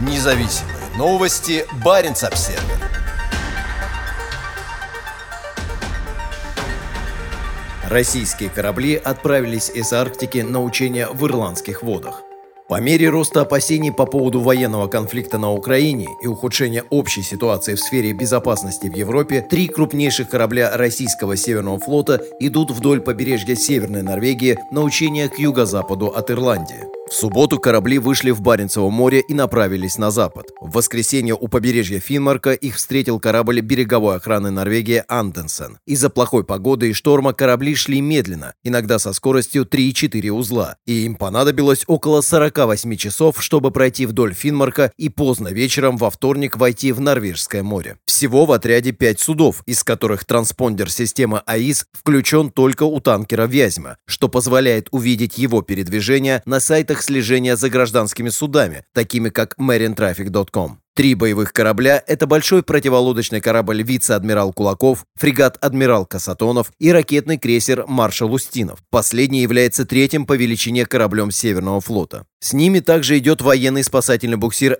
Независимые новости. Баренц-Обсервер. Российские корабли отправились из Арктики на учения в ирландских водах. По мере роста опасений по поводу военного конфликта на Украине и ухудшения общей ситуации в сфере безопасности в Европе, 3 крупнейших корабля российского Северного флота идут вдоль побережья Северной Норвегии на учения к юго-западу от Ирландии. В субботу корабли вышли в Баренцево море и направились на запад. В воскресенье у побережья Финмарка их встретил корабль береговой охраны Норвегии «Анденсен». Из-за плохой погоды и шторма корабли шли медленно, иногда со скоростью 3,4 узла, и им понадобилось около 48 часов, чтобы пройти вдоль Финмарка и поздно вечером во вторник войти в Норвежское море. Всего в отряде 5 судов, из которых транспондер системы АИС включен только у танкера «Вязьма», что позволяет увидеть его передвижение на сайтах слежения за гражданскими судами, такими как marinetraffic.com. 3 боевых корабля – это большой противолодочный корабль «Вице-адмирал Кулаков», фрегат «Адмирал Касатонов» и ракетный крейсер «Маршал Устинов». Последний является 3-м по величине кораблем Северного флота. С ними также идет военный спасательный буксир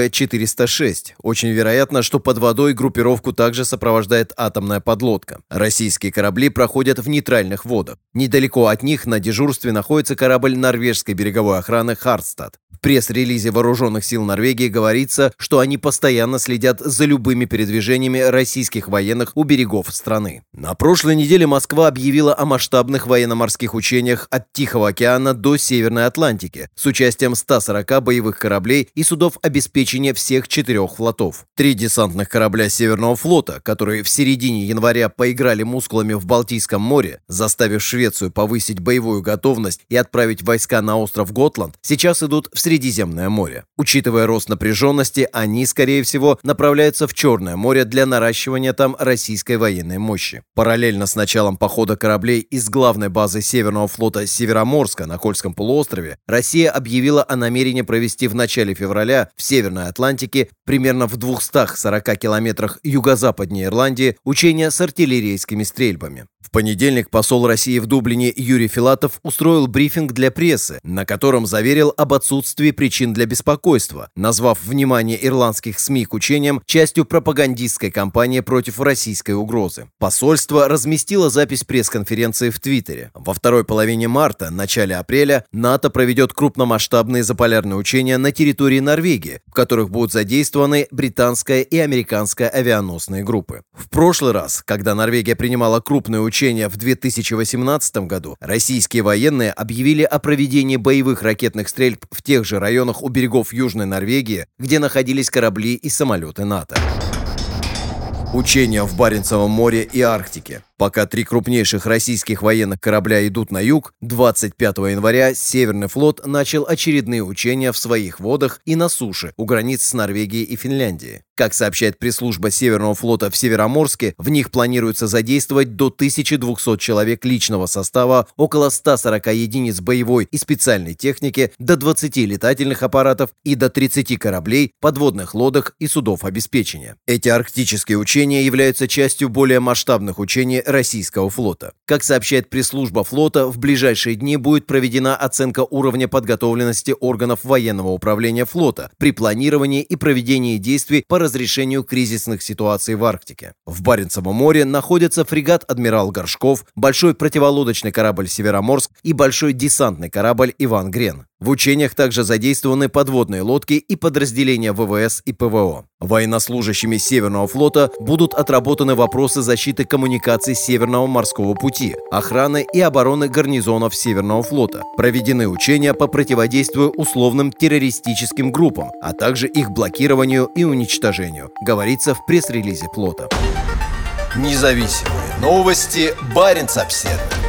СБ-406. Очень вероятно, что под водой группировку также сопровождает атомная подлодка. Российские корабли проходят в нейтральных водах. Недалеко от них на дежурстве находится корабль норвежской береговой охраны «Хардстад». В пресс-релизе Вооруженных сил Норвегии говорится, что они постоянно следят за любыми передвижениями российских военных у берегов страны. На прошлой неделе Москва объявила о масштабных военно-морских учениях от Тихого океана до Северной Атлантики с участием 140 боевых кораблей и судов обеспечения всех 4 флотов. 3 десантных корабля Северного флота, которые в середине января поиграли мускулами в Балтийском море, заставив Швецию повысить боевую готовность и отправить войска на остров Готланд, сейчас идут в Средиземное море. Учитывая рост напряженности, они, скорее всего, направляются в Черное море для наращивания там российской военной мощи. Параллельно с началом похода кораблей из главной базы Северного флота Североморска на Кольском полуострове, Россия объявила о намерении провести в начале февраля в Северной Атлантике, примерно в 240 километрах юго-западнее Ирландии, учения с артиллерийскими стрельбами. В понедельник посол России в Дублине Юрий Филатов устроил брифинг для прессы, на котором заверил об отсутствии причин для беспокойства, назвав внимание ирландских СМИ к учениям частью пропагандистской кампании против российской угрозы. Посольство разместило запись пресс-конференции в Твиттере. Во второй половине марта, начале апреля НАТО проведет крупномасштабные заполярные учения на территории Норвегии, в которых будут задействованы британская и американская авианосные группы. В прошлый раз, когда Норвегия принимала крупные учения в 2018 году, российские военные объявили о проведении боевых ракетных стрельб в тех же районах у берегов Южной Норвегии, где находились корабли и самолеты НАТО. Учения в Баренцевом море и Арктике. Пока 3 крупнейших российских военных корабля идут на юг, 25 января Северный флот начал очередные учения в своих водах и на суше у границ с Норвегией и Финляндией. Как сообщает пресс-служба Северного флота в Североморске, в них планируется задействовать до 1200 человек личного состава, около 140 единиц боевой и специальной техники, до 20 летательных аппаратов и до 30 кораблей, подводных лодок и судов обеспечения. Эти арктические учения являются частью более масштабных учений российского флота. Как сообщает пресс-служба флота, в ближайшие дни будет проведена оценка уровня подготовленности органов военного управления флота при планировании и проведении действий по разрешению кризисных ситуаций в Арктике. В Баренцевом море находятся фрегат «Адмирал Горшков», большой противолодочный корабль «Североморск» и большой десантный корабль «Иван Грен». В учениях также задействованы подводные лодки и подразделения ВВС и ПВО. Военнослужащими Северного флота будут отработаны вопросы защиты коммуникаций Северного морского пути, охраны и обороны гарнизонов Северного флота. Проведены учения по противодействию условным террористическим группам, а также их блокированию и уничтожению, говорится в пресс-релизе флота. Независимые новости. Баренц-Обсервер.